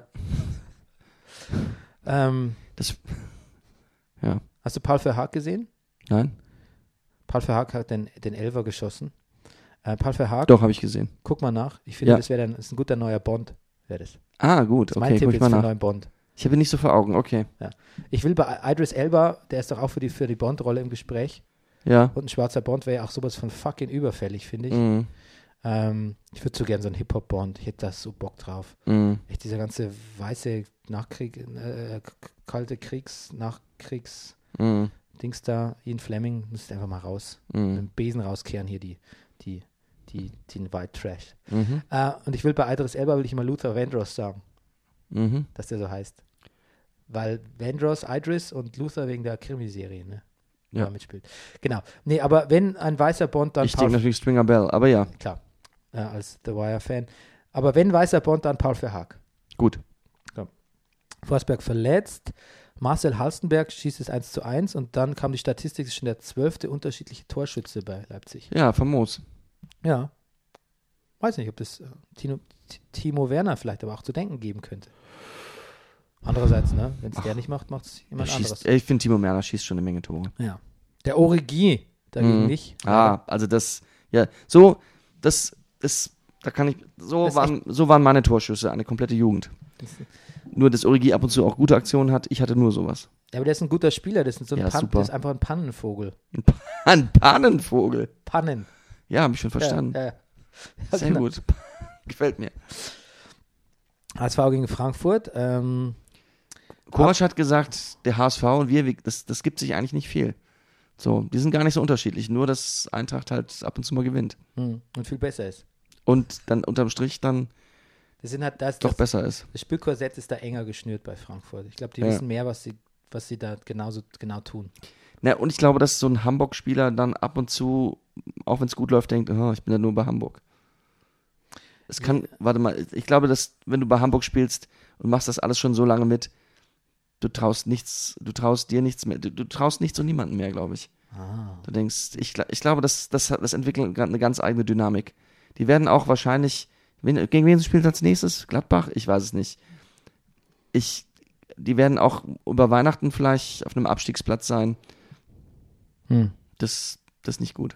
Ähm, Das. Ja. hast du Paul Verhaag gesehen? Nein? Paul Verhaag hat den, den Elfer geschossen. Äh, Paul Verhaag, Doch, habe ich gesehen. guck mal nach. Ich finde, Ja. das wäre dann ist ein guter neuer Bond. Wäre das. Ah, gut. Das ist mein Okay, Tipp guck ich jetzt mal für nach. neuen Bond. Ich habe ihn nicht so vor Augen. Okay. Ich will bei Idris Elba, der ist doch auch für die, für die Bond-Rolle im Gespräch. Ja. Und ein schwarzer Bond wäre ja auch sowas von fucking überfällig, finde ich. Mhm. Ähm, ich würde so gerne so einen Hip-Hop-Bond. Ich hätte da so Bock drauf. Mhm. Echt dieser ganze weiße Nachkrieg, äh, k- kalte Kriegs, Nachkriegs Mhm. Dings da, Ian Fleming, müsste einfach mal raus. Mit Mhm. dem Besen rauskehren hier, die, die, die, den White Trash. Mhm. Äh, und ich will bei Idris Elba, will ich immer Luther Vandross sagen, Mhm. dass der so heißt. Weil Vandross, Idris und Luther wegen der Krimiserie, ne? wo Ja. er mitspielt. Genau. Nee, aber wenn ein weißer Bond, dann Ich Paul denke natürlich Stringer Bell, aber ja, klar, äh, als The Wire-Fan. Aber wenn weißer Bond, dann Paul Verhaag. gut. Forsberg verletzt. Marcel Halstenberg schießt es eins zu eins und dann kam die Statistik, das ist schon der zwölfte unterschiedliche Torschütze bei Leipzig. Ja, famos. Ja. Weiß nicht, ob das äh, Tino, T- Timo Werner vielleicht aber auch zu denken geben könnte. Andererseits, ne, wenn es der nicht macht, macht es jemand Er anderes. schießt, ich finde, Timo Werner schießt schon eine Menge Tore. Ja. Der Origi dagegen Mhm. nicht. Ah, also das, ja, so, das ist, da kann ich, so Das ist waren, so waren meine Torschüsse, eine komplette Jugend. Nur, dass Origi ab und zu auch gute Aktionen hat, ich hatte nur sowas. Ja, aber der ist ein guter Spieler, das ist, so ein Ja, Pan- super. das ist einfach ein Pannenvogel. Ein Pannenvogel. Pannen. Ja, habe ich schon verstanden. Ja, ja. Ja, Sehr genau. gut. Gefällt mir. H S V gegen Frankfurt. Ähm, Kovac hat gesagt, der H S V und wir, wir- das, das gibt sich eigentlich nicht viel. So, die sind gar nicht so unterschiedlich, nur dass Eintracht halt ab und zu mal gewinnt. hm, und viel besser ist. Und dann unterm Strich dann Das sind halt das, doch das, besser ist. das Spielkorsett ist da enger geschnürt bei Frankfurt. Ich glaube, die Ja. wissen mehr, was sie, was sie da genauso genau tun. Na, und ich glaube, dass so ein Hamburg-Spieler dann ab und zu, auch wenn es gut läuft, denkt, oh, ich bin ja nur bei Hamburg. Es kann, warte mal, ich glaube, dass wenn du bei Hamburg spielst und machst das alles schon so lange mit, du traust nichts, du traust dir nichts mehr, du, du traust nichts und niemanden mehr, glaube ich. Ah. Du denkst, ich, gl- ich glaube, das, das, hat- das entwickelt eine ganz eigene Dynamik. Die werden auch wahrscheinlich, wen, gegen wen spielt als nächstes? Gladbach? Ich weiß es nicht. Ich, die werden auch über Weihnachten vielleicht auf einem Abstiegsplatz sein. Hm. Das, das ist nicht gut.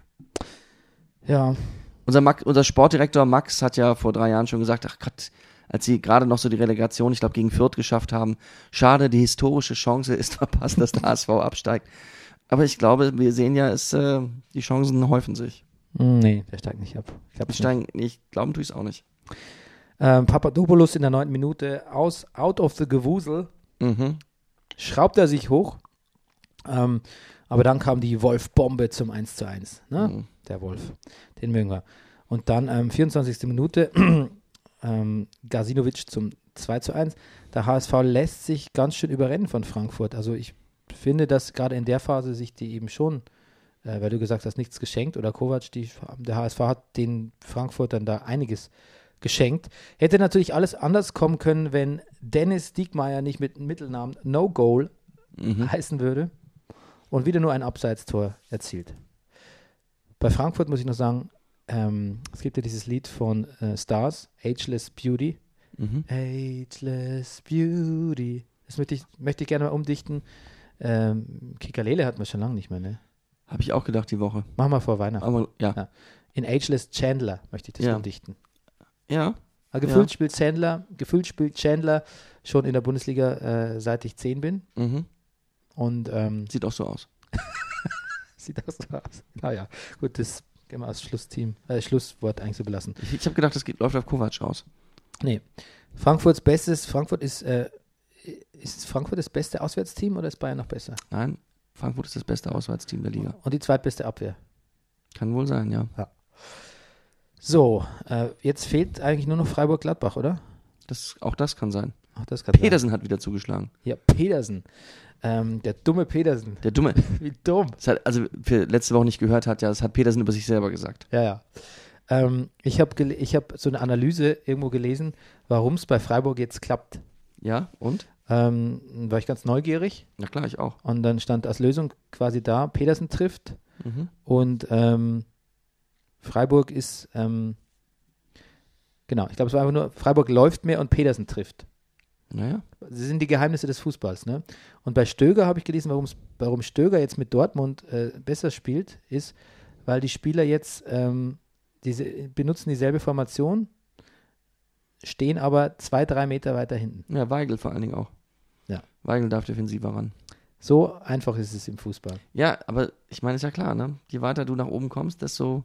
Ja, Unser, Max, unser Sportdirektor Max hat ja vor drei Jahren schon gesagt, ach Gott, als sie gerade noch so die Relegation, ich glaube, gegen Fürth geschafft haben, schade, die historische Chance ist verpasst, dass der H S V absteigt. Aber ich glaube, wir sehen ja, es, äh, die Chancen häufen sich. Hm, nee, der steigt nicht ab. Ich Die glaube steigen, nee, ich glaube, tue ich es auch nicht. ähm, Papadopoulos in der neunten Minute aus Out of the Gewusel Mhm. schraubt er sich hoch. Ähm, aber dann kam die Wolf-Bombe zum eins zu eins. Ne? Mhm. Der Wolf, den mögen wir. Und dann ähm, vierundzwanzigste Minute ähm, Gazinovic zum zwei zu eins. Der H S V lässt sich ganz schön überrennen von Frankfurt. Also ich finde, dass gerade in der Phase sich die eben schon, äh, weil du gesagt hast, nichts geschenkt oder Kovac, die, der H S V hat den Frankfurtern da einiges geschenkt. Hätte natürlich alles anders kommen können, wenn Dennis Diekmeyer nicht mit dem Mittelnamen No Goal Mhm. heißen würde und wieder nur ein Abseitstor erzielt. Bei Frankfurt muss ich noch sagen, ähm, es gibt ja dieses Lied von äh, Stars, Ageless Beauty. Mhm. Ageless Beauty. Das möchte ich, möchte ich gerne mal umdichten. Ähm, Kikalele hatten wir schon lange nicht mehr, ne? Habe ich auch gedacht die Woche. Machen wir vor Weihnachten. Aber ja. Ja. In Ageless Chandler möchte ich das Ja. umdichten. Ja. Aber gefühlt Ja. spielt Chandler, gefühlt spielt Chandler schon in der Bundesliga, äh, seit ich zehn bin. Mhm. Und ähm, Sieht auch so aus. sieht das so aus. Naja, gut, das können wir als Schlussteam, äh, Schlusswort eigentlich so belassen. Ich, ich habe gedacht, das geht, läuft auf Kovac raus. Nee. Frankfurts Bestes, Frankfurt ist, äh, ist Frankfurt das beste Auswärtsteam oder ist Bayern noch besser? Nein, Frankfurt ist das beste Auswärtsteam der Liga. Und die zweitbeste Abwehr. Kann wohl sein, ja. So, äh, jetzt fehlt eigentlich nur noch Freiburg-Gladbach, oder? Das, auch das kann sein. Ach, das kann Pedersen hat wieder zugeschlagen. sein. Ja, Pedersen. Ähm, der dumme Pedersen. Der Dumme. Wie dumm. Das hat, also, für letzte Woche nicht gehört hat, ja, das hat Pedersen über sich selber gesagt. Ja, ja. Ähm, ich habe gele- ich hab so eine Analyse irgendwo gelesen, warum es bei Freiburg jetzt klappt. Ja, und? Ähm, war ich ganz neugierig. Na klar, ich auch. Und dann stand als Lösung quasi da, Pedersen trifft Mhm. und ähm, Freiburg ist, ähm, genau, ich glaube, es war einfach nur, Freiburg läuft mehr und Pedersen trifft. Naja. Das sind die Geheimnisse des Fußballs. Ne? Und bei Stöger habe ich gelesen, warum's, warum Stöger jetzt mit Dortmund äh, besser spielt, ist, weil die Spieler jetzt ähm, diese, benutzen dieselbe Formation, stehen aber zwei, drei Meter weiter hinten. Ja, Weigl vor allen Dingen auch. Ja. Weigl darf defensiver ran. So einfach ist es im Fußball. Ja, aber ich meine, ist ja klar, ne? Je weiter du nach oben kommst, desto,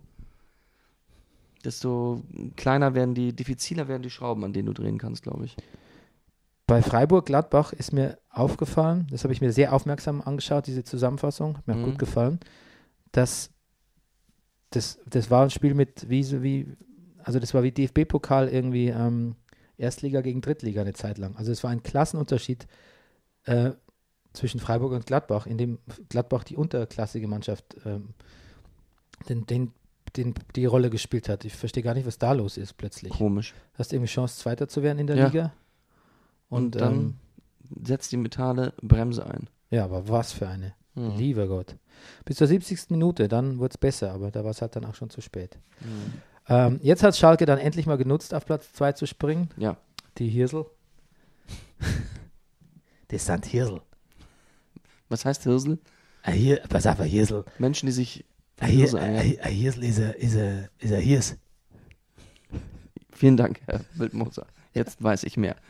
desto kleiner werden die, diffiziler werden die Schrauben, an denen du drehen kannst, glaube ich. Bei Freiburg-Gladbach ist mir aufgefallen, das habe ich mir sehr aufmerksam angeschaut, diese Zusammenfassung, hat mir auch Mhm. gut gefallen, dass das, das war ein Spiel mit, wie, so wie also das war wie D F B-Pokal irgendwie ähm, Erstliga gegen Drittliga eine Zeit lang. Also es war ein Klassenunterschied äh, zwischen Freiburg und Gladbach, in dem Gladbach die unterklassige Mannschaft ähm, den, den, den, die Rolle gespielt hat. Ich verstehe gar nicht, was da los ist plötzlich. Komisch. Hast du irgendwie Chance, Zweiter zu werden in der Ja. Liga? Und, Und, dann ähm, setzt die Metale Bremse ein. ja, aber was für eine. Mhm. Lieber Gott. Bis zur siebzigsten Minute, dann wurde es besser, aber da war es halt dann auch schon zu spät. Mhm. Ähm, jetzt hat Schalke dann endlich mal genutzt, auf Platz zwei zu springen. Ja. Die Hirsel. das sind Hirsel. Was heißt Hirsel? Ein Hir, pass auf, ein Hirsel. Menschen, die sich Ein, Hir, Hirsel ein, ernähren. ein Hirsel ist ein, ist ein, ist ein Hirs. Vielen Dank, Herr Wildmoser. Jetzt weiß ich mehr.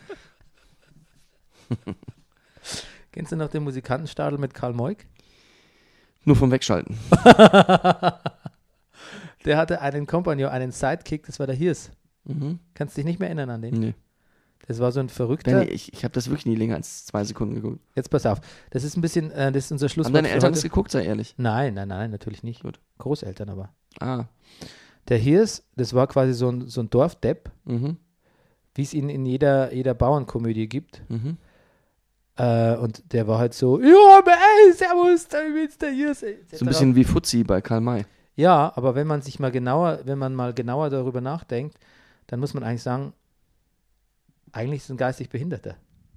Kennst du noch den Musikantenstadel mit Karl Moik? Nur vom Wegschalten. Der hatte einen Kompagnon, einen Sidekick, das war der Hirs. Mhm. Kannst dich nicht mehr erinnern an den? Nee. Das war so ein Verrückter. Benni, ich, ich habe das wirklich nie länger als zwei Sekunden geguckt. Jetzt pass auf, das ist ein bisschen, äh, das ist unser Schlusswort. Haben deine für Eltern heute. das geguckt, sei ehrlich? Nein, nein, nein, natürlich nicht. Gut. Großeltern aber. Ah. Der Hirs, das war quasi so ein, so ein Dorfdepp, Mhm. wie es ihn in jeder, jeder Bauernkomödie gibt. Mhm. Äh, und der war halt so, ja, aber ey, servus, da ist der Hirs. et cetera. So ein bisschen wie Fuzzi bei Karl May. Ja, aber wenn man sich mal genauer, wenn man mal genauer darüber nachdenkt, dann muss man eigentlich sagen, eigentlich ist es ein geistig Behinderter.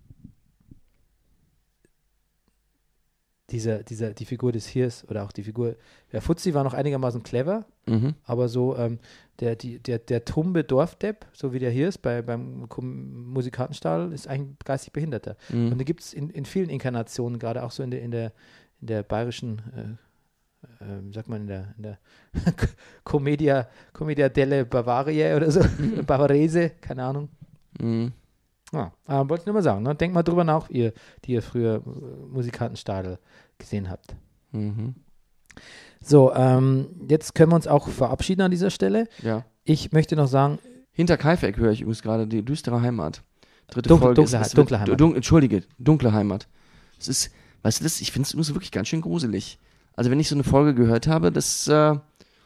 Dieser, dieser, die Figur des Hirs oder auch die Figur, der Fuzzi war noch einigermaßen clever, Mhm. aber so ähm, der, die, der, der tumbe Dorfdepp, so wie der Hirs bei, beim Kom- Musikantenstadel, ist eigentlich ein geistig Behinderter. Mhm. Und den gibt es in, in vielen Inkarnationen, gerade auch so in der, in der, in der bayerischen, äh, äh, wie sagt man, in der, in der Commedia, Commedia delle Bavaria oder so, Bavarese, keine Ahnung. Mhm. Ja, aber wollte ich nur mal sagen, ne? Denkt mal drüber nach, ihr, die ihr früher äh, Musikantenstadel gesehen habt. Mhm. So, ähm, jetzt können wir uns auch verabschieden an dieser Stelle. Ja. Ich möchte noch sagen, Hinter Kaifeck höre ich übrigens gerade die düstere Heimat. Dritte Dunkle- Folge. dunkle es, He- es wird- dunkle Heimat. Dun, Entschuldige, dunkle Heimat. Es ist, weißt du das, ich finde es übrigens wirklich ganz schön gruselig. Also wenn ich so eine Folge gehört habe, das, äh,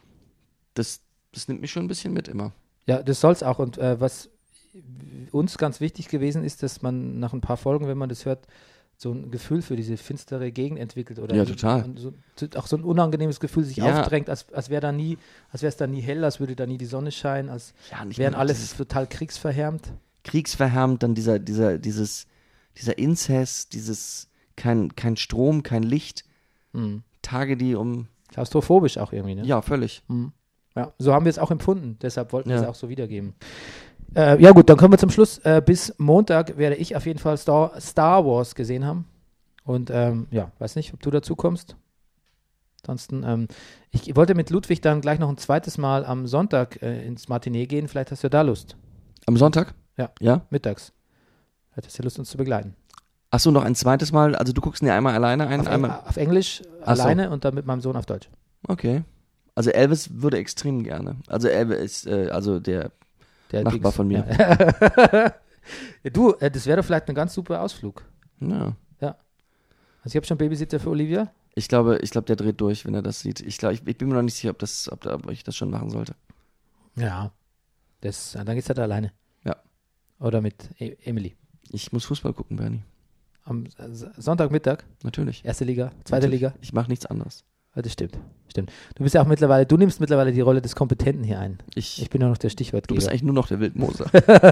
das, das nimmt mich schon ein bisschen mit immer. ja, das soll es auch. Und äh, was uns ganz wichtig gewesen ist, dass man nach ein paar Folgen, wenn man das hört, so ein Gefühl für diese finstere Gegend entwickelt. Oder Ja, total. und so, auch so ein unangenehmes Gefühl sich Ja. aufdrängt, als, als wäre da nie, als wäre es da nie hell, als würde da nie die Sonne scheinen, als Ja, nicht wären nur alles dieses total kriegsverhärmt. kriegsverhärmt, dann dieser, dieser, dieses, dieser Inzest, dieses kein, kein Strom, kein Licht, Mhm. Tage, die um, Klaustrophobisch auch irgendwie, ne? ja, völlig. Mhm. Ja, so haben wir es auch empfunden, deshalb wollten wir Ja. es auch so wiedergeben. Äh, ja gut, dann kommen wir zum Schluss. Äh, bis Montag werde ich auf jeden Fall Star, Star Wars gesehen haben. Und ähm, ja, weiß nicht, ob du dazu kommst. Ansonsten, ähm, ich wollte mit Ludwig dann gleich noch ein zweites Mal am Sonntag äh, ins Matinee gehen. Vielleicht hast du da Lust. Am Sonntag? Ja. Ja? Mittags. Vielleicht hast du Lust, uns zu begleiten. Achso, noch ein zweites Mal, also du guckst ihn ja einmal alleine ein, Auf, Eng einmal. auf Englisch Ach so. alleine und dann mit meinem Sohn auf Deutsch. Okay. Also Elvis würde extrem gerne. Also Elvis ist, äh, also der Der Nachbar Dings. von mir. Ja. Ja, du, äh, das wäre doch vielleicht ein ganz super Ausflug. Ja. Also ich habe schon Babysitter für Olivia. Ich glaube, ich glaube, der dreht durch, wenn er das sieht. Ich glaube, ich, ich bin mir noch nicht sicher, ob das, ob, da, ob ich das schon machen sollte. Ja. Das, dann geht's halt alleine. Ja. Oder mit e Emily. Ich muss Fußball gucken, Bernie. Am S- Sonntagmittag, Natürlich. erste Liga, zweite Natürlich. Liga. Ich mache nichts anderes. Ja, das stimmt. Stimmt. Du bist ja auch mittlerweile, du nimmst mittlerweile die Rolle des Kompetenten hier ein. Ich, Ich bin ja noch der du Stichwortgeber. bist eigentlich nur noch der Wildmoser.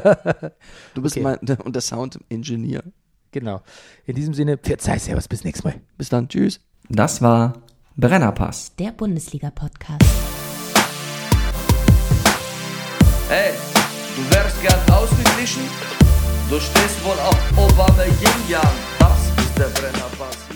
Du bist Okay. mein, der, und der Sound-Ingenieur. Genau. In diesem Sinne, verzeih, servus, bis nächstes Mal. Bis dann. Tschüss. Das war Brennerpass. Der Bundesliga-Podcast. Hey, du wärst gern ausgeglichen? Du stehst wohl auf Obama Yin Yang. Das ist der Brennerpass.